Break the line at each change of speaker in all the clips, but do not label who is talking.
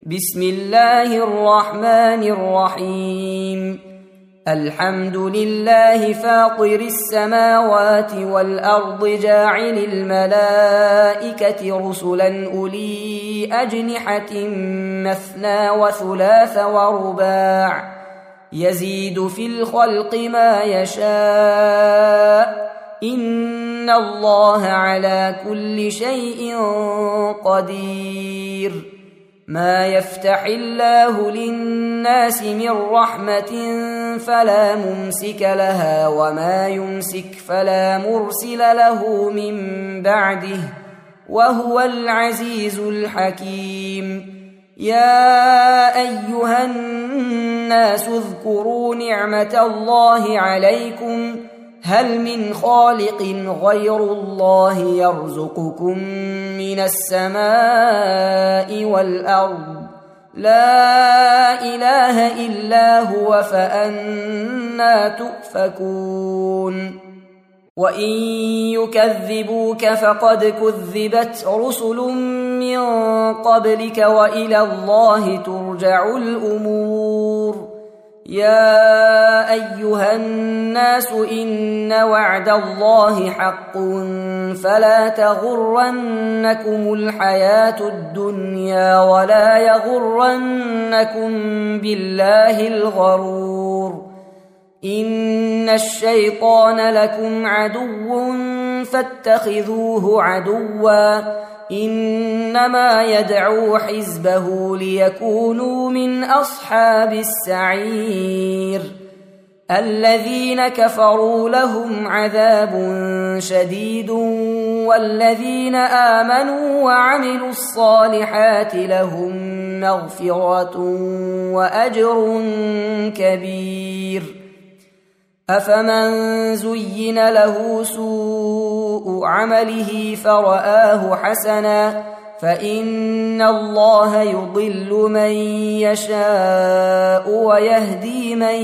بسم الله الرحمن الرحيم. الحمد لله فاطر السماوات والأرض جاعل الملائكة رسلا أولي أجنحة مثنى وثلاث ورباع يزيد في الخلق ما يشاء إن الله على كل شيء قدير. ما يفتح الله للناس من رحمة فلا ممسك لها وما يمسك فلا مرسل له من بعده وهو العزيز الحكيم. يا أيها الناس اذكروا نعمة الله عليكم هل من خالق غير الله يرزقكم من السماء والأرض لا إله إلا هو فأنى تؤفكون. وإن يكذبوك فقد كذبت رسل من قبلك وإلى الله ترجع الأمور. يا أيها الناس إن وعد الله حق فلا تغرنكم الحياة الدنيا ولا يغرنكم بالله الغرور. إن الشيطان لكم عدو فاتخذوه عدوا إنما يدعو حزبه ليكونوا من أصحاب السعير. الذين كفروا لهم عذاب شديد والذين آمنوا وعملوا الصالحات لهم مغفرة وأجر كبير. أفمن زين له سوء عمله فرآه حسنا فإن الله يضل من يشاء ويهدي من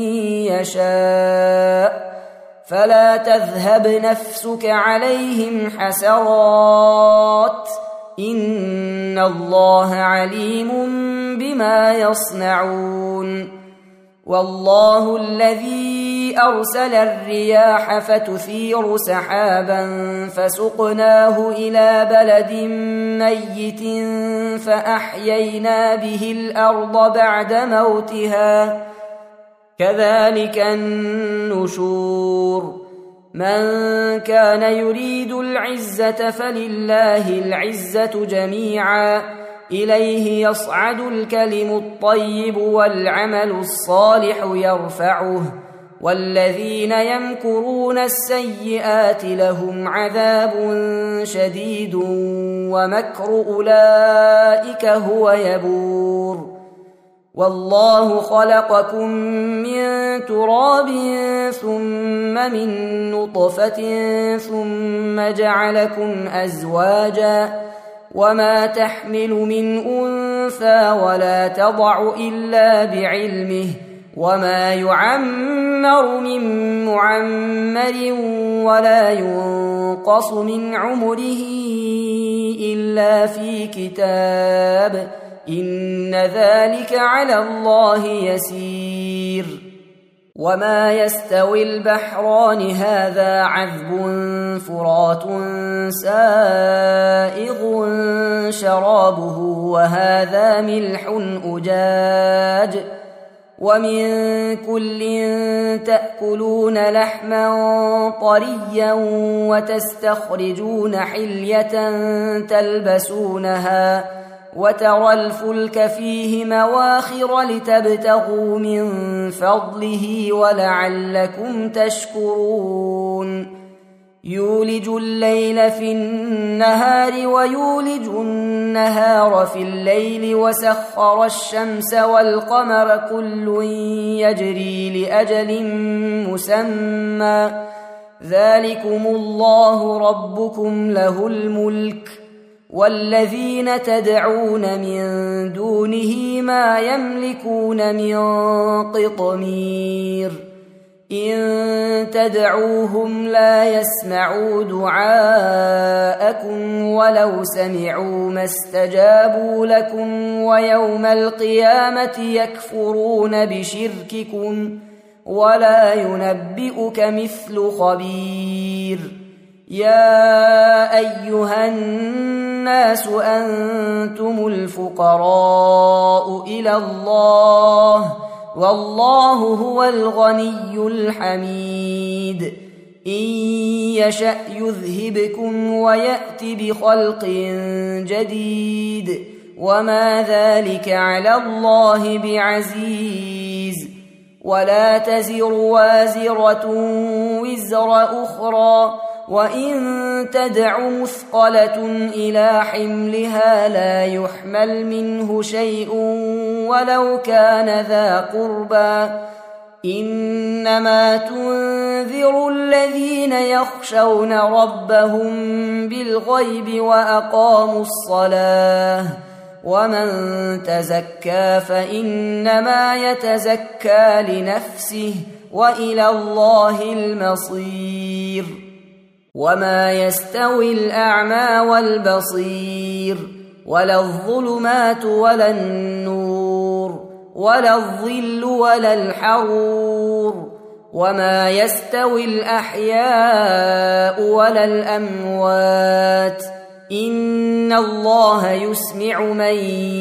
يشاء فلا تذهب نفسك عليهم حسرات إن الله عليم بما يصنعون. والله الذي أرسل الرياح فتثير سحابا فسقناه إلى بلد ميت فأحيينا به الأرض بعد موتها كذلك النشور. من كان يريد العزة فلله العزة جميعا إليه يصعد الكلم الطيب والعمل الصالح يرفعه والذين يمكرون السيئات لهم عذاب شديد ومكر أولئك هو يبور. والله خلقكم من تراب ثم من نطفة ثم جعلكم أزواجا وما تحمل من أنثى ولا تضع إلا بعلمه وما يعمر من معمر ولا ينقص من عمره إلا في كتاب إن ذلك على الله يسير. وما يستوي البحران هذا عذب فرات سائغ شرابه وهذا ملح أجاج ومن كل تأكلون لحما طريا وتستخرجون حلية تلبسونها وترى الفلك فيه مواخر لتبتغوا من فضله ولعلكم تشكرون. يولج الليل في النهار ويولج النهار في الليل وسخر الشمس والقمر كل يجري لأجل مسمى ذلكم الله ربكم له الملك والذين تدعون من دونه ما يملكون من قطمير. إن تدعوهم لا يسمعوا دعاءكم ولو سمعوا ما استجابوا لكم ويوم القيامة يكفرون بشرككم ولا ينبئك مثل خبير. يا أيها الناس أنتم الفقراء إلى الله والله هو الغني الحميد. إن يشأ يذهبكم ويأت بخلق جديد وما ذلك على الله بعزيز. ولا تزر وازرة وزر أخرى وإن تدع مثقلة إلى حملها لا يحمل منه شيء ولو كان ذا قربى. إنما تنذر الذين يخشون ربهم بالغيب وأقاموا الصلاة ومن تزكى فإنما يتزكى لنفسه وإلى الله المصير. وما يستوي الأعمى والبصير ولا الظلمات ولا النور ولا الظل ولا الحرور وما يستوي الأحياء ولا الأموات. إن الله يسمع من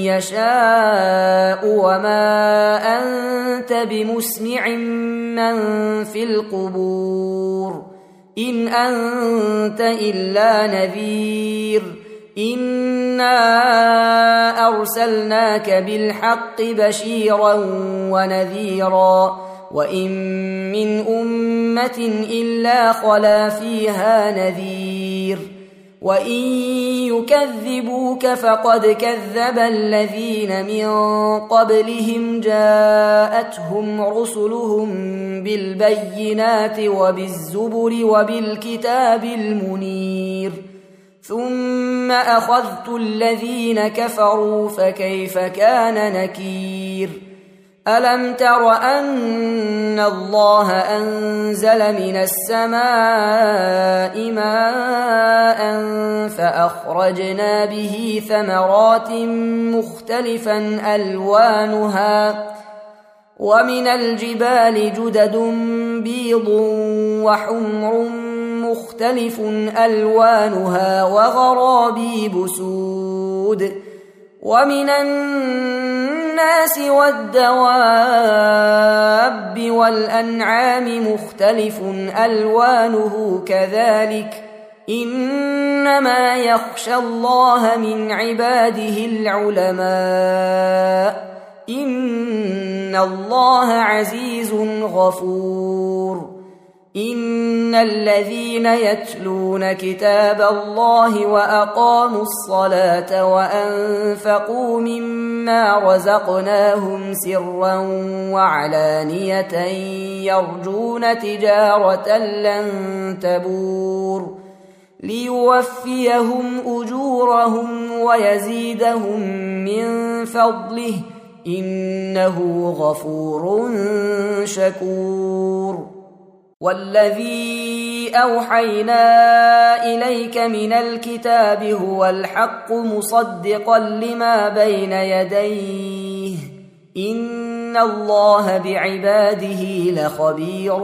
يشاء وما أنت بمسمع من في القبور إن أنت إلا نذير. إنا أرسلناك بالحق بشيرا ونذيرا وإن من أمة إلا خلا فيها نذير. وإن يكذبوك فقد كذب الذين من قبلهم جاءتهم رسلهم بالبينات وبالزبر وبالكتاب المنير ثم أخذت الذين كفروا فكيف كان نكير. ألم تر أن الله أنزل من السماء ماء فأخرجنا به ثمرات مختلفا ألوانها ومن الجبال جدد بيض وحمر مختلف ألوانها وغرابيب سود ومن الناس والدواب والأنعام مختلف ألوانه كذلك إنما يخشى الله من عباده العلماء إن الله عزيز غفور. إن الذين يتلون كتاب الله وأقاموا الصلاة وأنفقوا مما رزقناهم سرا وعلانية يرجون تجارة لن تبور ليوفيهم أجورهم ويزيدهم من فضله إنه غفور شكور. والذي أوحينا إليك من الكتاب هو الحق مصدقا لما بين يديه إن الله بعباده لخبير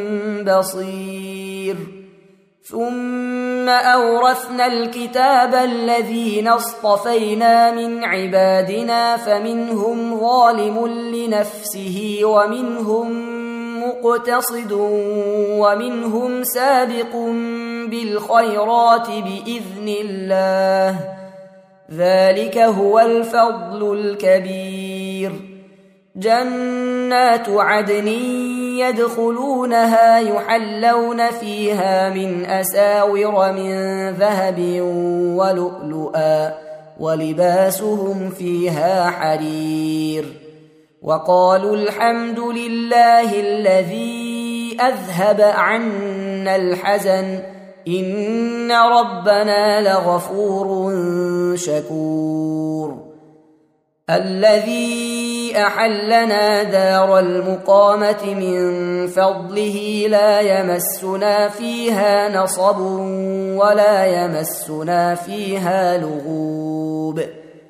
بصير. ثم أورثنا الكتاب الذين اصطفينا من عبادنا فمنهم ظالم لنفسه ومنهم مقتصد ومنهم سابق بالخيرات بإذن الله ذلك هو الفضل الكبير. جنات عدن يدخلونها يحلون فيها من أساور من ذهب ولؤلؤا ولباسهم فيها حرير. وقالوا الحمد لله الذي أذهب عنا الحزن إن ربنا لغفور شكور. الذي أحلنا دار المقامة من فضله لا يمسنا فيها نصب ولا يمسنا فيها لغوب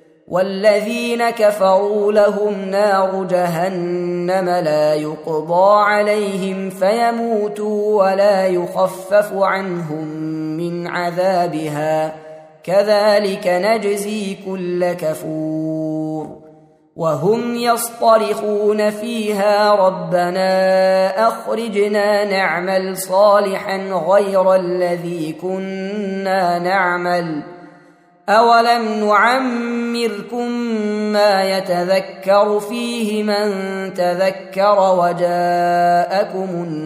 والذين كفروا لهم نار جهنم لا يقضى عليهم فيموتوا ولا يخفف عنهم من عذابها كذلك نجزي كل كفور وهم يصطرخون فيها ربنا أخرجنا نعمل صالحا غير الذي كنا نعمل أولم نعمركم ما يتذكر فيه من تذكر وجاءكم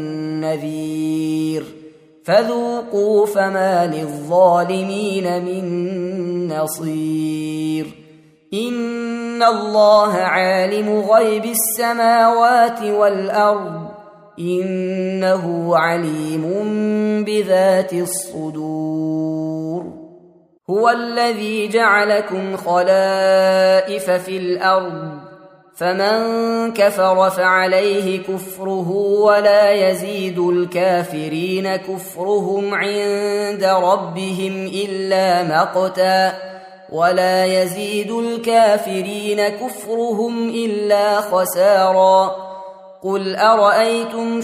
النذير فذوقوا فما للظالمين من نصير إن الله عالم غيب السماوات والأرض إنه عليم بذات الصدور هو الذي جعلكم خلائف في الأرض فمن كفر فعليه كفره ولا يزيد الكافرين كفرهم عند ربهم إلا مقتا ولا يزيد الكافرين كفرهم إلا خسارا قل أرأيتم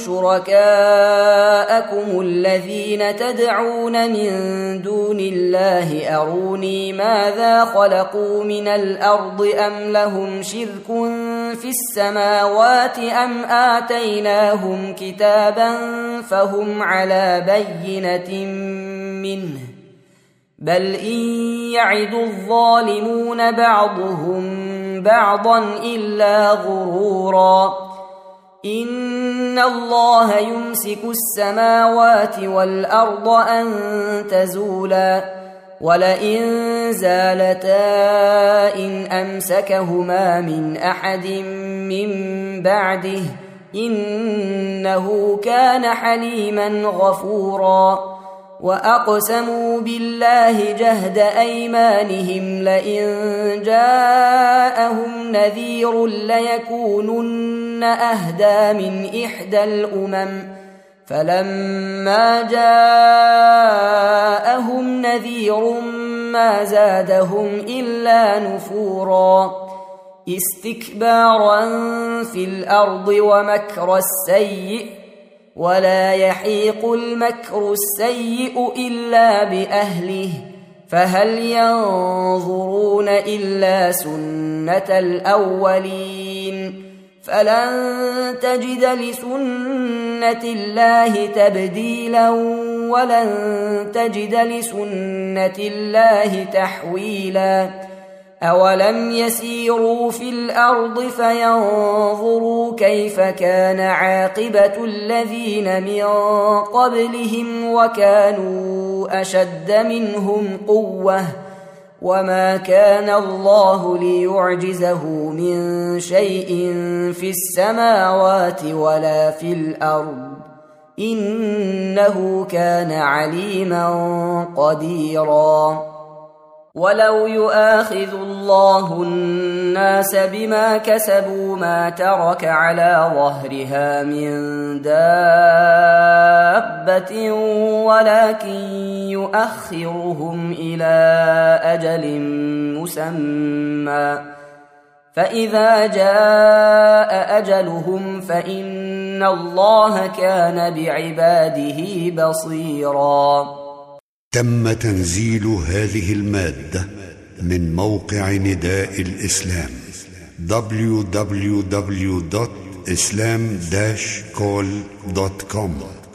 شركاءكم الذين تدعون من دون الله أروني ماذا خلقوا من الأرض أم لهم شرك في السماوات أم آتيناهم كتابا فهم على بينة منه بل إن يعد الظالمون بعضهم بعضا إلا غرورا إن الله يمسك السماوات والأرض أن تزولا ولئن زالتا إن أمسكهما من أحد من بعده إنه كان حليما غفورا وأقسموا بالله جهد أيمانهم لئن جاءهم نذير ليكونن أهدى من إحدى الأمم فلما جاءهم نذير ما زادهم إلا نفورا استكبارا في الأرض ومكر السيء ولا يحيق المكر السيء إلا بأهله فهل ينظرون إلا سنة الأولين فلن تجد لسنة الله تبديلا ولن تجد لسنة الله تحويلا أولم يسيروا في الأرض فينظروا كيف كان عاقبة الذين من قبلهم وكانوا أشد منهم قوة وما كان الله ليعجزه من شيء في السماوات ولا في الأرض إنه كان عليما قديرا ولو يؤاخذ الله الناس بما كسبوا ما ترك على ظهرها من دابة ولكن يؤخرهم إلى أجل مسمى فإذا جاء أجلهم فإن الله كان بعباده بصيرا.
تم تنزيل هذه المادة من موقع نداء الإسلام www.islam-call.com